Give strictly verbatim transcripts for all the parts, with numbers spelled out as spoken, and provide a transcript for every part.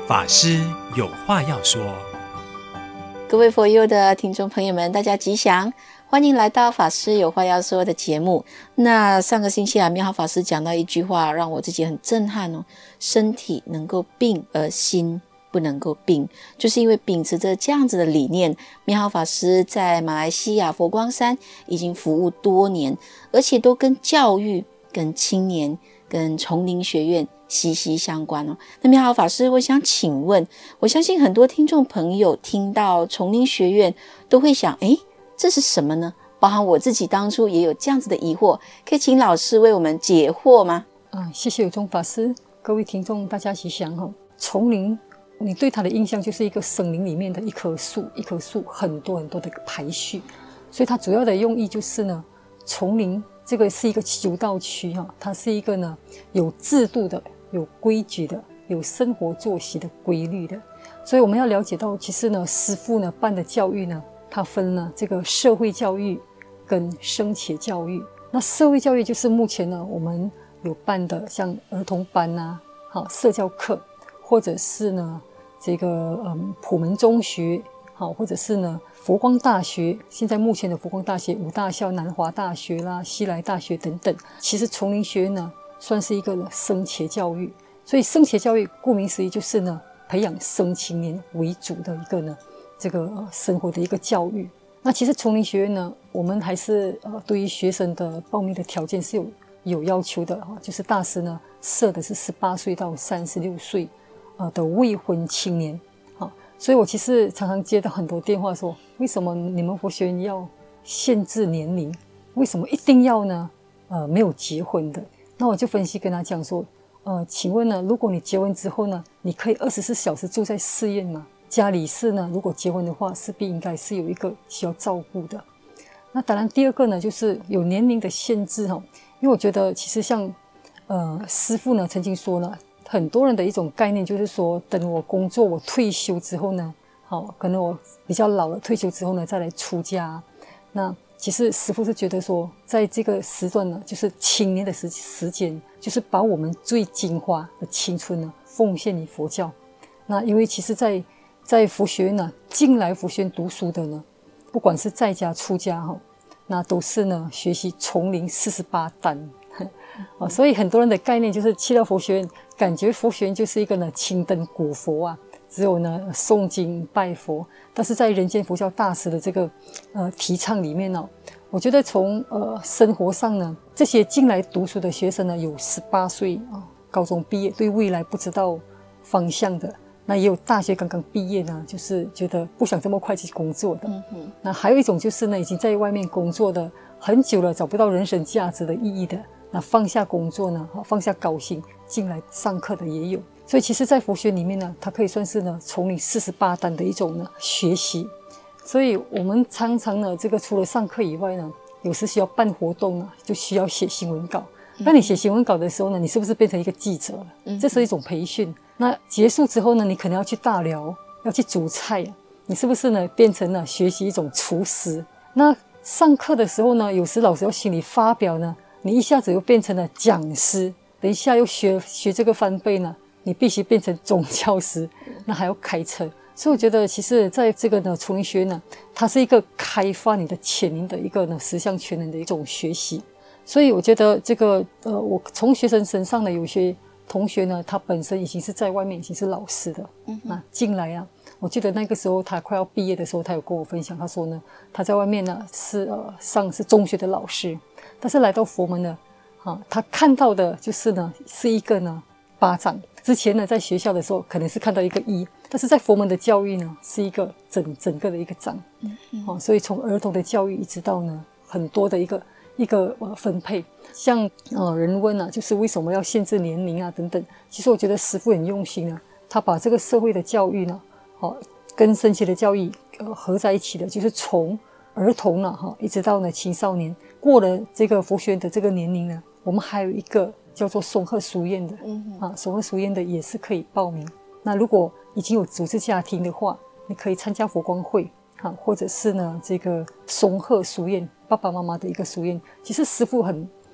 法师有话要说。 各位佛佑的听众朋友们，大家吉祥，欢迎来到法师有话要说的节目。那上个星期啊，妙豪法师讲到一句话，让我自己很震撼哦，身体能够病而心不能够病，就是因为秉持着这样子的理念，妙豪法师在马来西亚佛光山已经服务多年，而且都跟教育、跟青年、跟丛林学院息息相关哦。那妙豪法师，我想请问，我相信很多听众朋友听到丛林学院都会想，诶，这是什么呢？包含我自己当初也有这样子的疑惑，可以请老师为我们解惑吗？ 啊，谢谢有忠法师，各位听众大家吉祥哦。丛林，你对它的印象就是一个森林里面的一棵树，一棵树很多很多的排序，所以它主要的用意就是呢，丛林这个是一个修道区哈，它是一个呢有制度的、有规矩的、有生活作息的规律的，所以我们要了解到，其实呢，师父呢办的教育呢，它分了这个社会教育跟生前教育。那社会教育就是目前呢我们有办的，像儿童班啊，好社教课，或者是呢这个嗯普门中学，好，或者是呢佛光大学，现在目前的佛光大学、五大校、南华大学啦、西来大学等等。其实丛林学院呢算是一个呢生前教育，所以生前教育顾名思义就是呢培养生青年为主的一个呢这个、呃、生活的一个教育。那其实丛林学院呢，我们还是呃对于学生的报名的条件是有有要求的哈，就是大师呢设的是十八岁到三十六岁呃的未婚青年。好，所以我其实常常接到很多电话说，为什么你们佛学院要限制年龄？为什么一定要呢？呃，没有结婚的？那我就分析跟他讲说，呃，请问呢，如果你结婚之后呢，你可以二十四小时住在寺院吗？家里是呢，如果结婚的话，势必应该是有一个需要照顾的。那当然，第二个呢，就是有年龄的限制哈，因为我觉得其实像呃师父呢曾经说了，很多人的一种概念就是说，等我工作我退休之后呢，好，可能我比较老了，退休之后呢再来出家。那其实师父是觉得说，在这个时段呢，就是青年的时时间，就是把我们最精华的青春呢奉献于佛教。那因为其实在在佛学院呢，进来佛学院读书的呢，不管是在家出家哈，那都是呢学习丛林四十八单啊，所以很多人的概念就是去到佛学院，感觉佛学院就是一个呢青灯古佛啊，只有呢诵经拜佛。但是在人间佛教大师的这个呃提倡里面呢、哦，我觉得从呃生活上呢，这些进来读书的学生呢，有十八岁啊，高中毕业，对未来不知道方向的。那也有大学刚刚毕业呢，就是觉得不想这么快去工作的。嗯哼。那还有一种就是呢，已经在外面工作的很久了，找不到人生价值的意义的，那放下工作呢，放下高薪进来上课的也有。所以其实在佛学里面呢，它可以算是呢丛林四十八单的一种呢学习。所以我们常常呢，这个除了上课以外呢，有时需要办活动呢，就需要写新闻稿。那你写新闻稿的时候呢，你是不是变成一个记者了？这是一种培训。那结束之后呢，你可能要去大寮，要去煮菜，你是不是呢变成了学习一种厨师？那上课的时候呢，有时老师要请你发表呢，你一下子又变成了讲师，等一下又学学这个翻倍呢，你必须变成总教师，那还要开车。所以我觉得其实在这个呢丛林学院呢，它是一个开发你的潜能的一个呢十项全能的一种学习。所以我觉得这个呃，我从学生身上呢，有些同学呢，他本身已经是在外面已经是老师的，嗯，那进来啊，我记得那个时候他快要毕业的时候，他有跟我分享，他说呢，他在外面呢是呃上是中学的老师，但是来到佛门呢，啊，他看到的就是呢是一个呢巴掌。之前呢在学校的时候可能是看到一个一，但是在佛门的教育呢是一个整整个的一个掌，嗯嗯，啊，所以从儿童的教育一直到呢很多的一个。一个呃分配，像呃人问啊，就是为什么要限制年龄啊等等。其实我觉得师父很用心啊，他把这个社会的教育呢，哦跟升学的教育呃合在一起的，就是从儿童了哈、哦，一直到呢青少年，过了这个佛学院的这个年龄呢，我们还有一个叫做松鹤书院的，嗯啊，松鹤书院的也是可以报名。那如果已经有组织家庭的话，你可以参加佛光会。啊，或者是呢，这个松鹤书院爸爸妈妈的一个书院，其实师父很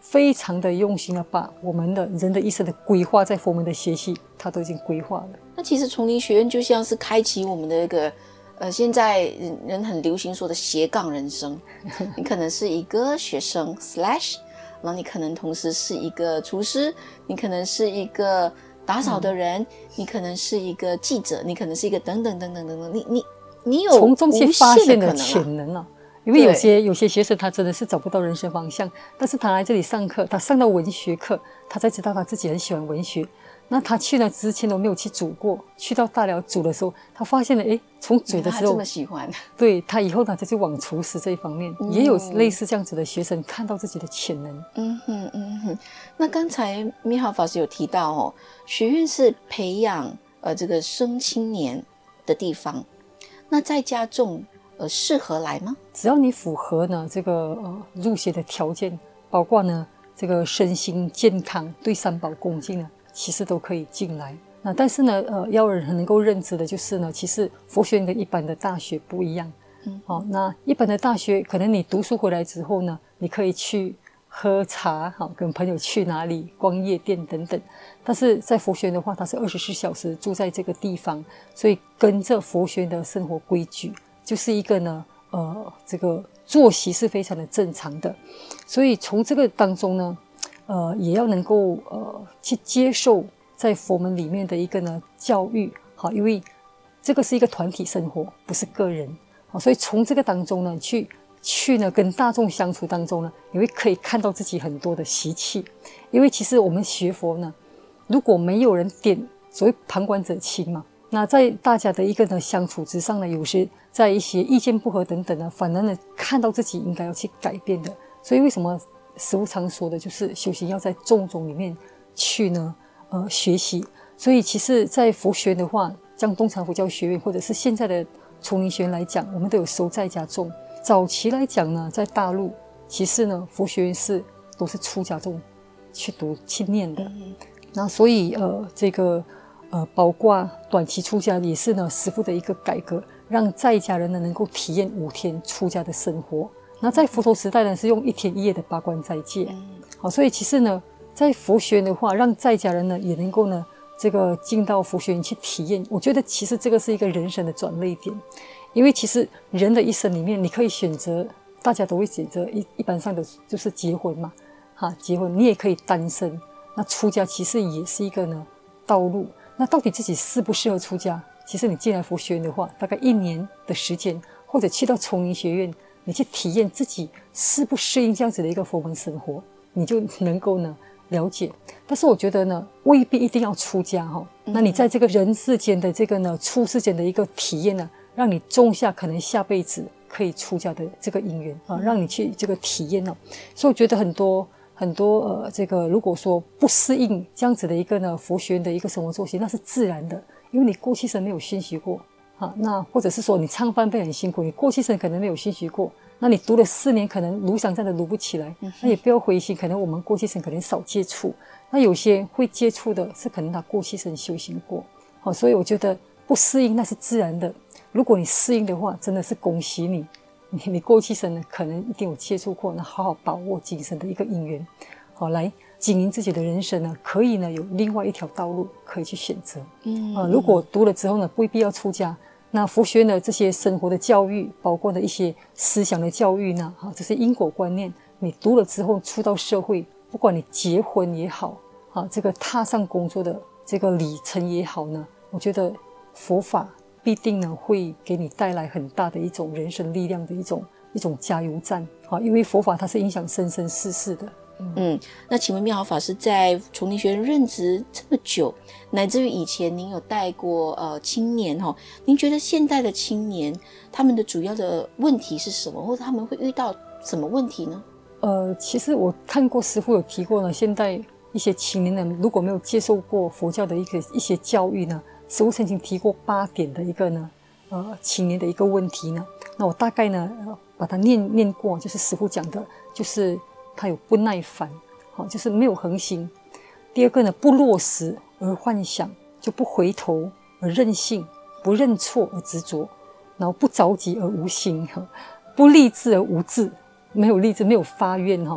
非常的用心的把我们的人的一生的规划在佛门的学习，他都已经规划了。 那其实丛林学院就像是开启我们的一个呃，现在人很流行说的斜杠人生，你可能是一个学生 slash， 然后你可能同时是一个厨师，你可能是一个打扫的人，嗯、你可能是一个记者，你可能是一个等等等等等等，你你你有从中去发现的潜能啊。因为有些有些学生他真的是找不到人生方向，但是他来这里上课，他上到文学课，他才知道他自己很喜欢文学。那他去了之前都没有去煮过，去到大寮煮的时候，他发现了，哎，从煮的时候，他这么喜欢， 对他以后呢，他就往厨师这一方面，嗯、也有类似这样子的学生看到自己的潜能。 嗯哼嗯哼。那刚才密浩法师有提到哦，学院是培养呃这个生青年的地方，那在家种呃适合来吗？ 只要你符合呢这个呃入学的条件，包括呢这个身心健康，对三宝恭敬呢，其实都可以进来。那但是呢，呃，要人能够认知的就是呢，其实佛学院跟一般的大学不一样。嗯，好、哦，那一般的大学，可能你读书回来之后呢，你可以去喝茶，好、哦，跟朋友去哪里逛夜店等等。但是在佛学院的话，它是二十四小时住在这个地方，所以跟着佛学院的生活规矩，就是一个呢，呃，这个作息是非常的正常的。所以从这个当中呢，呃，也要能够呃去接受在佛门里面的一个呢教育，好，因为这个是一个团体生活，不是个人，好，所以从这个当中呢，去去呢跟大众相处当中呢，你会可以看到自己很多的习气，因为其实我们学佛呢，如果没有人点，所谓旁观者清嘛，那在大家的一个呢相处之上呢，有时在一些意见不合等等呢，反而呢看到自己应该要去改变的，所以为什么师父常说的就是修行要在众种里面去呢呃学习。所以其实在佛学的话，像东禅佛教学院或者是现在的丛林学院来讲，我们都有收在家众。早期来讲呢，在大陆其实呢佛学院是都是出家众去读去念的、嗯、那所以呃这个呃包括短期出家也是呢师父的一个改革，让在家人呢能够体验五天出家的生活。那在佛陀时代呢是用一天一夜的八关斋戒、嗯、好，所以其实呢在佛学院的话，让在家人呢也能够呢这个进到佛学院去体验，我觉得其实这个是一个人生的转捩点。因为其实人的一生里面，你可以选择，大家都会选择一一般上的就是结婚嘛，哈，结婚你也可以单身，那出家其实也是一个呢道路。那到底自己适不适合出家？其实你进来佛学院的话，大概一年的时间，或者去到丛林学院，你去体验自己适不适应这样子的一个佛门生活，你就能够呢了解。但是我觉得呢，未必一定要出家哈、哦。那你在这个人世间的这个呢出世间的一个体验呢，让你种下可能下辈子可以出家的这个因缘啊，让你去这个体验哦。所以我觉得很多很多呃，这个如果说不适应这样子的一个呢佛学院的一个生活作息，那是自然的，因为你过去生没有熏习过啊。那或者是说你唱翻倍很辛苦，你过去生可能没有熏习过，那你读了四年，可能炉香真的炉不起来，那也不要灰心，可能我们过去生可能少接触，那有些会接触的是可能他过去生修行过，好，所以我觉得不适应那是自然的。如果你适应的话，真的是恭喜你，你你过去生呢可能一定有接触过，那好好把握今生的一个因缘，好来经营自己的人生呢，可以呢有另外一条道路可以去选择。嗯啊，如果读了之后呢，不必要出家，那佛学呢这些生活的教育，包括的一些思想的教育呢，啊这些因果观念，你读了之后出到社会，不管你结婚也好，啊这个踏上工作的这个里程也好呢，我觉得佛法必定呢会给你带来很大的一种人生力量的一种一种加油站啊，因为佛法它是影响生生世世的。嗯, 嗯那请问妙好法师在丛林学院任职这么久，乃至于以前您有带过呃青年哈、哦，您觉得现代的青年他们的主要的问题是什么，或者他们会遇到什么问题呢？ 呃，其实我看过师父有提过呢，现代一些青年人如果没有接受过佛教的一个一些教育呢，师父曾经提过八点的一个呢，呃，青年的一个问题呢。那我大概呢，呃、把它念念过，就是师父讲的，就是他有不耐烦，好，就是没有恒心。第二个呢，不落实而幻想，就不回头而任性，不认错而执着，然后不着急而无心，不立志而无志，没有立志，没有发愿哈，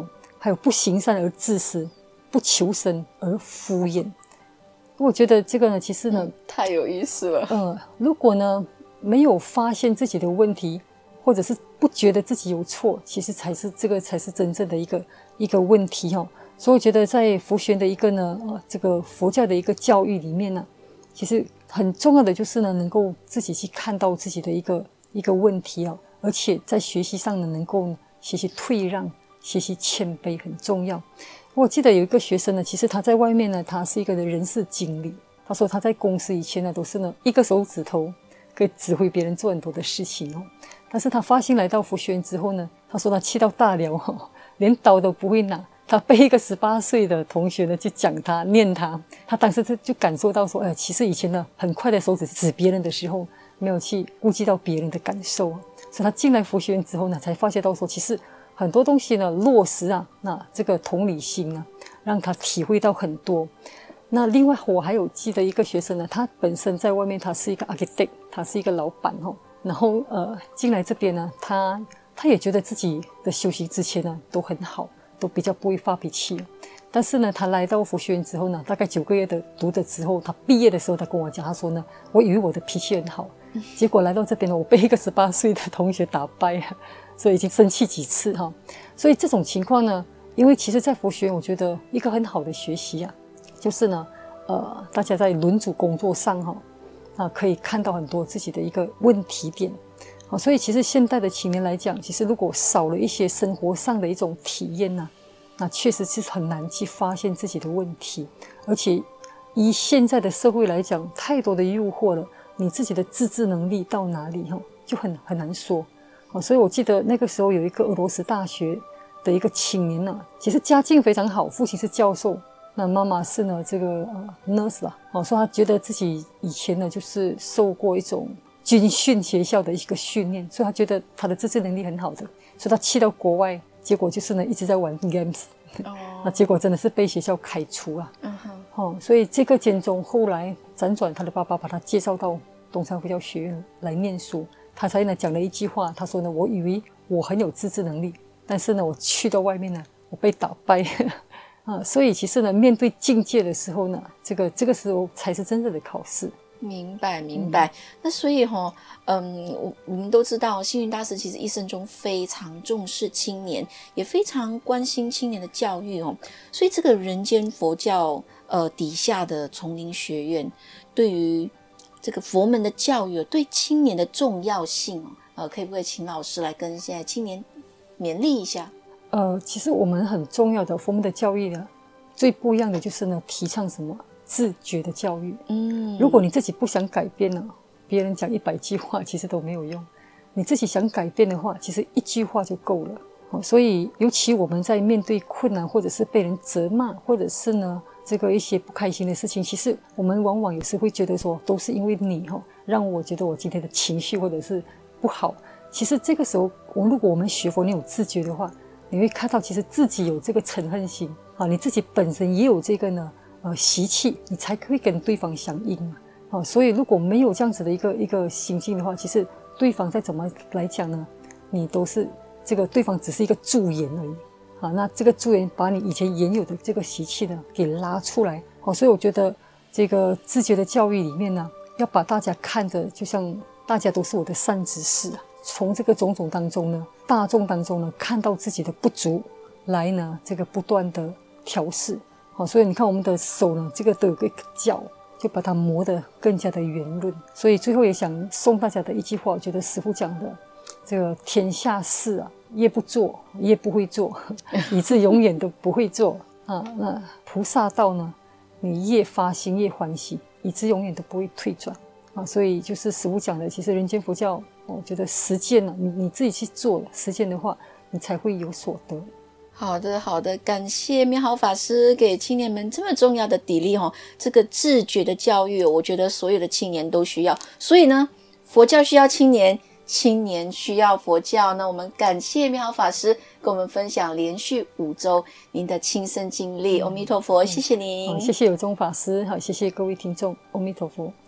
还有不行善而自私，不求生而敷衍。我觉得这个呢，其实呢， 嗯、太有意思了。 呃，如果呢没有发现自己的问题，或者是不觉得自己有错，其实才是这个才是真正的一个一个问题哦。所以我觉得在佛学的一个呢，呃，这个佛教的一个教育里面呢，其实很重要的就是呢，能够自己去看到自己的一个一个问题哦，而且在学习上呢，能够学习退让，学习谦卑，很重要。我记得有一个学生呢，其实他在外面呢，他是一个人事经理。他说他在公司以前呢，都是呢一个手指头可以指挥别人做很多的事情哦。但是他发心来到佛学院之后呢，他说他气到大了哦，连刀都不会拿。他被一个十八岁的同学呢去讲他念他，他当时就就感受到说，哎，其实以前呢很快的手指指别人的时候，没有去顾及到别人的感受啊。所以他进来佛学院之后呢，才发现到说，其实很多东西呢落实啊，那这个同理心啊，让他体会到很多。那另外我还有记得一个学生呢，他本身在外面他是一个 architect， 他是一个老板哦，然后呃进来这边呢，他他也觉得自己的修行之前呢都很好，都比较不会发脾气。但是呢，他来到佛学院之后呢，大概九个月的读的之后，他毕业的时候，他跟我讲，他说呢，我以为我的脾气很好，结果来到这边呢，我被一个十八岁的同学打败了，所以已经生气几次哈。所以这种情况呢，因为其实在佛学院，我觉得一个很好的学习啊，就是呢，呃，大家在轮组工作上哈，啊，可以看到很多自己的一个问题点。好，所以其实现代的青年来讲，其实如果少了一些生活上的一种体验呢、啊，那确实是很难去发现自己的问题。而且以现在的社会来讲，太多的诱惑了，你自己的自制能力到哪里哈，就很很难说。好，所以我记得那个时候有一个俄罗斯大学的一个青年呢、啊，其实家境非常好，父亲是教授。那妈妈是呢，这个呃 nurse 啦，哦，说他觉得自己以前呢就是受过一种军训学校的一个训练，所以他觉得他的自制能力很好的，所以他去到国外，结果就是呢一直在玩 games， 哦，那结果真的是被学校开除啊。嗯哼，哦，所以这个简中后来辗转，他的爸爸把他介绍到东山佛教学院来念书，他才呢讲了一句话，他说呢，我以为我很有自制能力，但是呢我去到外面呢，我被打败。啊，所以其实呢，面对境界的时候呢，这个这个时候才是真正的考试。 明白，明白。嗯、那所以哈、哦，嗯，我我们都知道，星云大师其实一生中非常重视青年，也非常关心青年的教育哦。所以这个人间佛教呃底下的丛林学院，对于这个佛门的教育，对青年的重要性哦，呃，可以不可以请老师来跟现在青年勉励一下？ 呃，其实我们很重要的佛门的教育呢，最不一样的就是呢，提倡什么自觉的教育。嗯，如果你自己不想改变呢，别人讲一百句话其实都没有用。你自己想改变的话，其实一句话就够了。哦，所以尤其我们在面对困难，或者是被人责骂，或者是呢这个一些不开心的事情，其实我们往往有时会觉得说，都是因为你哈、哦，让我觉得我今天的情绪或者是不好。其实这个时候，我们如果我们学佛，你有自觉的话，你会看到其实自己有这个嗔恨心啊，你自己本身也有这个呢呃习气，你才可以跟对方相应嘛。啊，所以如果没有这样子的一个一个心境的话，其实对方再怎么来讲呢，你都是这个对方只是一个助言而已。啊，那这个助言把你以前原有的这个习气呢给拉出来。好，所以我觉得这个自觉的教育里面呢，要把大家看着就像大家都是我的善知识啊。从这个种种当中呢，大众当中呢，看到自己的不足，来呢这个不断的调试。好，所以你看我们的手呢，这个都有个角，就把它磨得更加的圆润。所以最后也想送大家的一句话，我觉得师父讲的，这个天下事啊，越不做越不会做，以致永远都不会做啊。那菩萨道呢，你越发心越欢喜，以致永远都不会退转啊。所以就是师父讲的，其实人间佛教。我觉得实践了、啊，你你自己去做了实践的话，你才会有所得。 好的，好的，感谢妙好法师给青年们这么重要的砥砺哦。这个自觉的教育，我觉得所有的青年都需要。所以呢，佛教需要青年，青年需要佛教。那我们感谢妙好法师跟我们分享连续五周您的亲身经历。阿弥陀佛，谢谢您， 嗯、谢谢有宗法师，好，谢谢各位听众，阿弥陀佛。